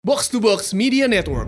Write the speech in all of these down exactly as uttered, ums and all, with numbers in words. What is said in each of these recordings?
Box to Box Media Network.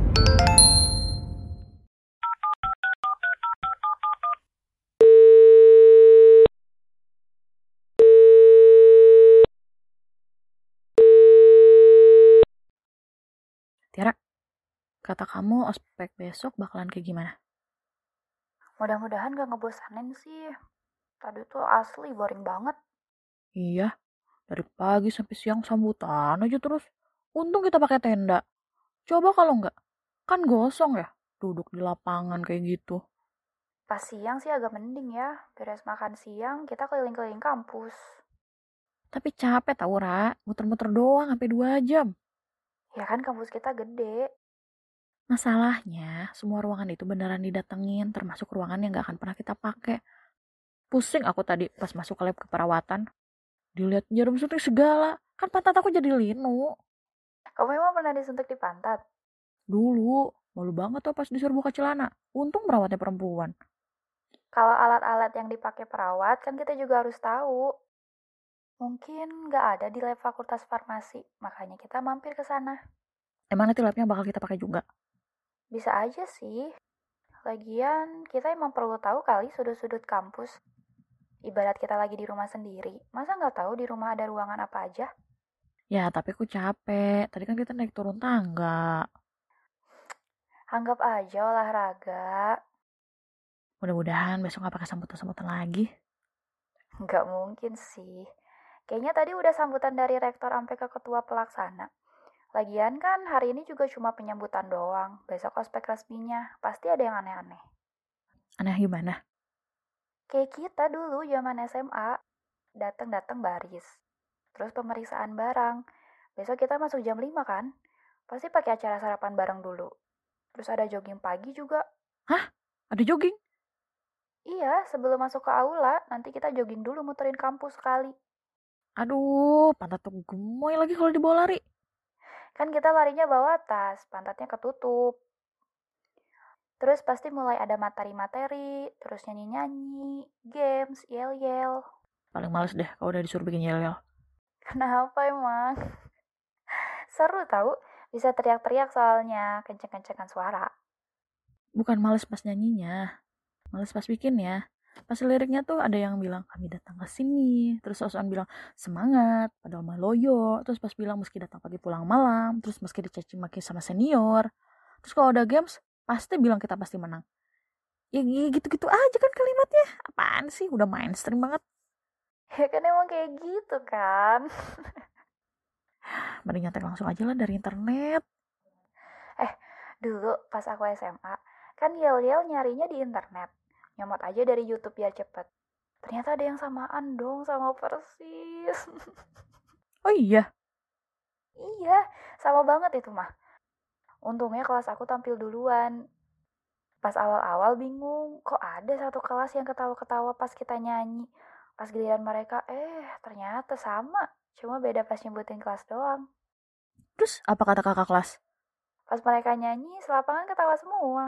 Tiara, kata kamu ospek besok bakalan kayak gimana? Mudah-mudahan gak ngebosanin sih. Tadi tuh asli boring banget. Iya, dari pagi sampai siang sambutan aja terus. Untung kita pakai tenda. Coba kalau enggak, kan gosong ya, duduk di lapangan kayak gitu. Pas siang sih agak mending ya. Beres makan siang, kita keliling-keliling kampus. Tapi capek tau, Ra. Muter-muter doang sampai dua jam. Ya kan kampus kita gede. Masalahnya, semua ruangan itu beneran didatengin, termasuk ruangan yang gak akan pernah kita pakai. Pusing aku tadi pas masuk ke lab keperawatan. Dilihat jarum suntik segala. Kan pantat aku jadi linu. Kamu emang pernah disuntik di pantat? Dulu, malu banget tuh pas disuruh buka celana. Untung perawatnya perempuan. Kalau alat-alat yang dipakai perawat, kan kita juga harus tahu. Mungkin gak ada di lab fakultas farmasi, makanya kita mampir ke sana. Emang nanti labnya bakal kita pakai juga? Bisa aja sih. Lagian, kita emang perlu tahu kali sudut-sudut kampus. Ibarat kita lagi di rumah sendiri, masa nggak tahu di rumah ada ruangan apa aja? Ya, tapi aku capek. Tadi kan kita naik turun tangga. Anggap aja olahraga. Mudah-mudahan besok gak pakai sambutan-sambutan lagi. Nggak mungkin sih. Kayaknya tadi udah sambutan dari rektor sampai ke ketua pelaksana. Lagian kan hari ini juga cuma penyambutan doang. Besok ospek resminya, pasti ada yang aneh-aneh. Aneh gimana? Kayak kita dulu zaman S M A. Dateng-dateng baris. Terus pemeriksaan barang. Besok kita masuk jam lima kan? Pasti pakai acara sarapan bareng dulu. Terus ada jogging pagi juga. Hah? Ada jogging? Iya, sebelum masuk ke aula, nanti kita jogging dulu muterin kampus sekali. Aduh, pantat tuh gemoy lagi kalau dibawa lari. Kan kita larinya bawa tas, pantatnya ketutup. Terus pasti mulai ada materi-materi, terus nyanyi-nyanyi, games, yel-yel. Paling males deh kalau udah disuruh bikin yel-yel. Kenapa emang? Seru tau, bisa teriak-teriak soalnya, kenceng-kencengan suara. Bukan males pas nyanyinya, males pas bikinnya. Pas liriknya tuh ada yang bilang kami datang ke sini, terus sosokan bilang semangat, padahal mah loyo, terus pas bilang meski datang pagi pulang malam, terus meski dicaci maki sama senior, terus kalau ada games pasti bilang kita pasti menang. Ya gitu-gitu aja kan kalimatnya. Apaan sih, udah mainstream banget. Ya kan emang kayak gitu kan. Mending nyantek langsung aja lah dari internet. Eh, dulu pas aku S M A, kan yel-yel nyarinya di internet. Nyomot aja dari YouTube biar cepet. Ternyata ada yang samaan dong sama persis. Oh iya? Iya, sama banget itu mah. Untungnya kelas aku tampil duluan. Pas awal-awal bingung, kok ada satu kelas yang ketawa-ketawa pas kita nyanyi. Pas giliran mereka, eh ternyata sama. Cuma beda pas nyebutin kelas doang. Terus apa kata kakak kelas? Pas mereka nyanyi, selapangan ketawa semua.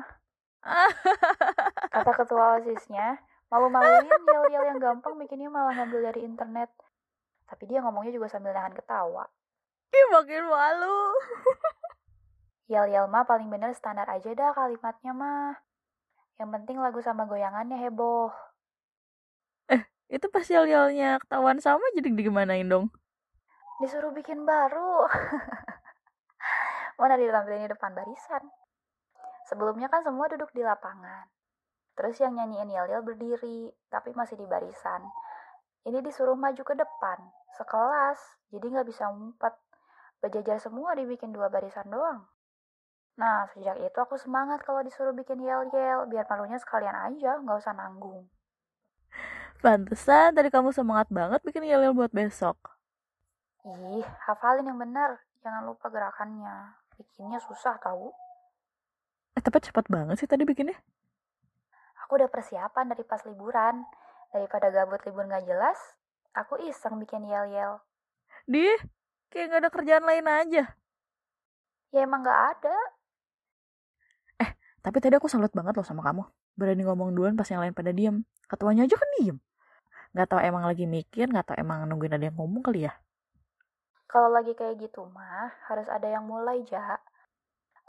Kata ketua OSISnya, malu-maluin yel-yel yang gampang bikinnya malah ngambil dari internet. Tapi dia ngomongnya juga sambil nahan ketawa. Ih, makin malu. Yel-yel mah paling bener standar aja dah kalimatnya mah. Yang penting lagu sama goyangannya heboh. Eh, itu pas yel-yelnya ketahuan sama jadi digimanain dong? Disuruh bikin baru. Mana ditampilin di depan barisan. Sebelumnya kan semua duduk di lapangan. Terus yang nyanyiin yel-yel berdiri, tapi masih di barisan. Ini disuruh maju ke depan, sekelas, jadi nggak bisa ngumpet. Berjajar semua dibikin dua barisan doang. Nah, sejak itu aku semangat kalau disuruh bikin yel-yel, biar malunya sekalian aja, nggak usah nanggung. Pantesan tadi kamu semangat banget bikin yel-yel buat besok. Ih, hafalin yang benar, jangan lupa gerakannya. Bikinnya susah tahu. Eh, tapi cepet banget sih tadi bikinnya. Aku udah persiapan dari pas liburan. Daripada gabut libur nggak jelas, aku iseng bikin yel-yel. Dih, kayak gak ada kerjaan lain aja. Ya emang nggak ada. Eh, tapi tadi aku salut banget loh sama kamu. Berani ngomong duluan pas yang lain pada diem. Ketuanya aja kan diem. Gak tau emang lagi mikir, gak tau emang nungguin ada yang ngomong kali ya. Kalau lagi kayak gitu mah, harus ada yang mulai, Ja.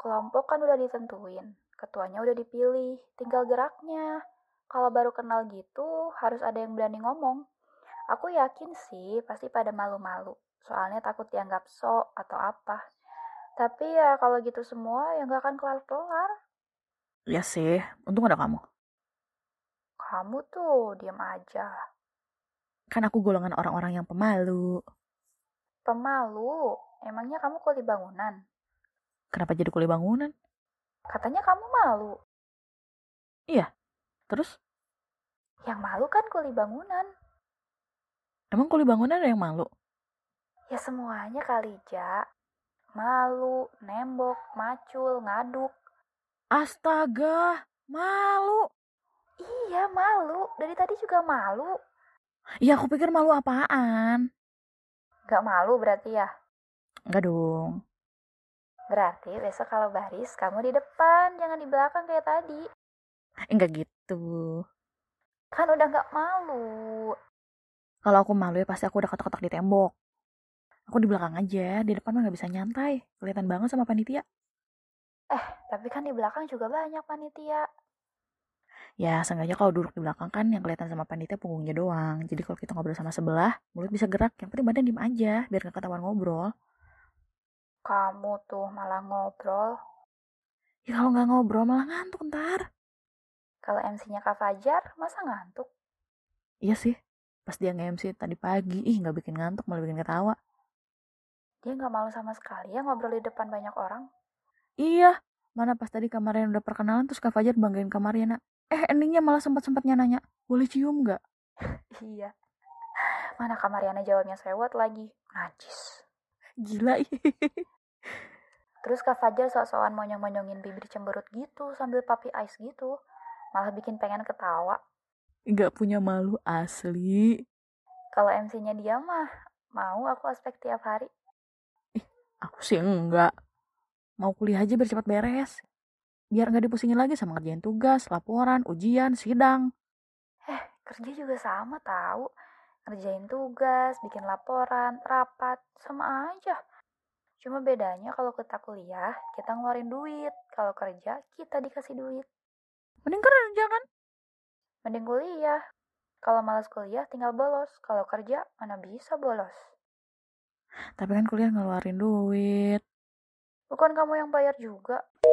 Kelompok kan udah ditentuin, ketuanya udah dipilih, tinggal geraknya. Kalau baru kenal gitu, harus ada yang berani ngomong. Aku yakin sih pasti pada malu-malu, soalnya takut dianggap sok atau apa. Tapi ya kalau gitu semua ya nggak akan kelar-kelar. Ya sih, untung ada kamu. Kamu tuh diam aja. Kan aku golongan orang-orang yang pemalu. Pemalu, emangnya kamu kuli bangunan? Kenapa jadi kuli bangunan? Katanya kamu malu. Iya, terus? Yang malu kan kuli bangunan. Emang kuli bangunan ada yang malu? Ya semuanya kali, Ja. Malu, nembok, macul, ngaduk. Astaga, malu. Iya, malu. Dari tadi juga malu. Iya, aku pikir malu apaan. Gak malu berarti ya? Enggak dong. Berarti besok kalau baris, kamu di depan, jangan di belakang kayak tadi. Enggak gitu. Kan udah gak malu. Kalau aku malu ya pasti aku udah kotak-kotak di tembok. Aku di belakang aja, di depan mah gak bisa nyantai. Kelihatan banget sama panitia. Eh, tapi kan di belakang juga banyak panitia. Ya, seenggaknya kalau duduk di belakang kan yang kelihatan sama panitia punggungnya doang. Jadi kalau kita ngobrol sama sebelah, mulut bisa gerak. Yang penting badan diem aja, biar gak ketahuan ngobrol. Kamu tuh malah ngobrol. Ya kalau nggak ngobrol malah ngantuk ntar. Kalau M C-nya Kak Fajar, masa ngantuk? Iya sih, pas dia nge-M C tadi pagi, ih nggak bikin ngantuk, malah bikin ketawa. Dia gak malu sama sekali ya ngobrol di depan banyak orang. Iya, mana pas tadi kamarnya udah perkenalan terus Kak Fajar banggain kamarnya. Eh, endingnya malah sempat-sempatnya nanya, boleh cium nggak? Iya. Mana Kamariana jawabnya sewot lagi. Najis. Gila, ih. Terus Kak Fajar sok-sokan monyong-monyongin bibir cemberut gitu sambil puppy eyes gitu. Malah bikin pengen ketawa. Nggak punya malu asli. Kalau M C-nya dia mah, mau aku aspek tiap hari. Ih, aku sih enggak. Mau kuliah aja biar cepat beres. Biar nggak dipusingin lagi sama ngerjain tugas, laporan, ujian, sidang. Eh, kerja juga sama tahu. Ngerjain tugas, bikin laporan, rapat, sama aja. Cuma bedanya kalau kita kuliah, kita ngeluarin duit. Kalau kerja, kita dikasih duit. Mending kerja kan? Mending kuliah. Kalau malas kuliah, tinggal bolos. Kalau kerja, mana bisa bolos. Tapi kan kuliah ngeluarin duit. Bukan kamu yang bayar juga.